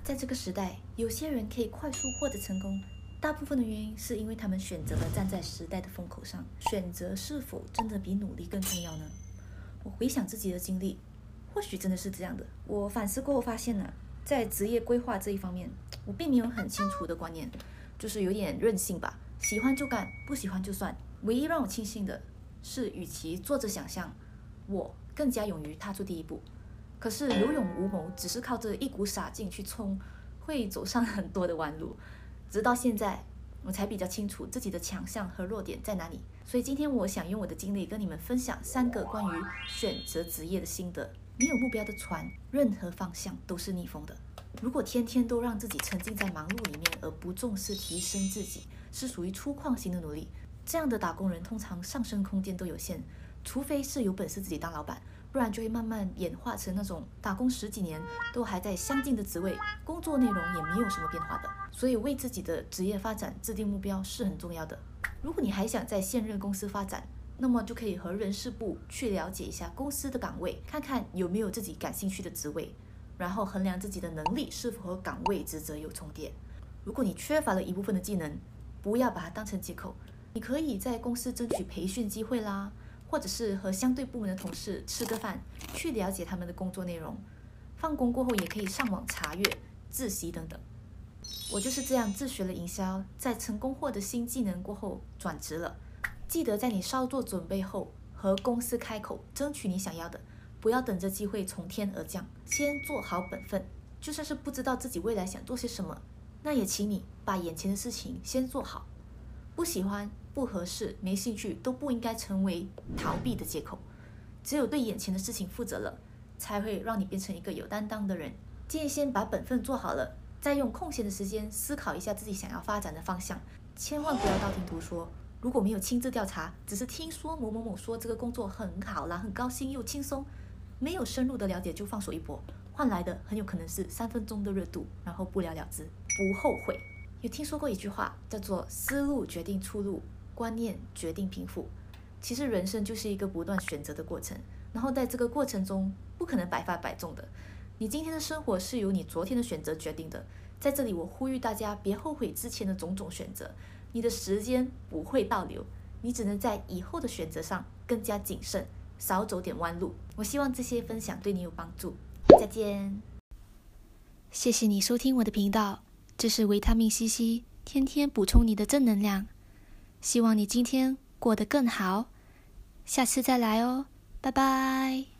在这个时代，有些人可以快速获得成功，大部分的原因是因为他们选择了站在时代的风口上。选择是否真的比努力更重要呢？我回想自己的经历，或许真的是这样的。我反思过后发现呢，在职业规划这一方面，我并没有很清楚的观念，就是有点任性吧，喜欢就干，不喜欢就算。唯一让我庆幸的是，与其坐着想象，我更加勇于踏出第一步。可是有勇无谋，只是靠着一股傻劲去冲，会走上很多的弯路。直到现在，我才比较清楚自己的强项和弱点在哪里。所以今天我想用我的经历跟你们分享3个关于选择职业的心得。没有目标的船，任何方向都是逆风的。如果天天都让自己沉浸在忙碌里面，而不重视提升自己，是属于粗犷型的努力。这样的打工人通常上升空间都有限，除非是有本事自己当老板，不然就会慢慢演化成那种打工10几年都还在相近的职位，工作内容也没有什么变化的。所以为自己的职业发展制定目标是很重要的。如果你还想在现任公司发展，那么就可以和人事部去了解一下公司的岗位，看看有没有自己感兴趣的职位，然后衡量自己的能力是否和岗位职责有重叠。如果你缺乏了一部分的技能，不要把它当成借口，你可以在公司争取培训机会啦，或者是和相对部门的同事吃个饭，去了解他们的工作内容。放工过后也可以上网查阅、自习等等。我就是这样自学了营销，在成功获得新技能过后转职了。记得在你稍作准备后，和公司开口争取你想要的，不要等着机会从天而降，先做好本分。就算是不知道自己未来想做些什么，那也请你把眼前的事情先做好。不喜欢、不合适、没兴趣都不应该成为逃避的借口。只有对眼前的事情负责了，才会让你变成一个有担当的人。建议先把本分做好了，再用空闲的时间思考一下自己想要发展的方向。千万不要道听途说，如果没有亲自调查，只是听说某某某说这个工作很好啦，很高兴又轻松，没有深入的了解就放手一搏，换来的很有可能是3分钟的热度，然后不了了之，不后悔。有听说过一句话叫做思路决定出路，观念决定贫富。其实人生就是一个不断选择的过程，然后在这个过程中不可能百发百中的。你今天的生活是由你昨天的选择决定的。在这里我呼吁大家别后悔之前的种种选择，你的时间不会倒流，你只能在以后的选择上更加谨慎，少走点弯路。我希望这些分享对你有帮助。再见。谢谢你收听我的频道，这是维他命 CC， 天天补充你的正能量。希望你今天过得更好，下次再来哦，拜拜。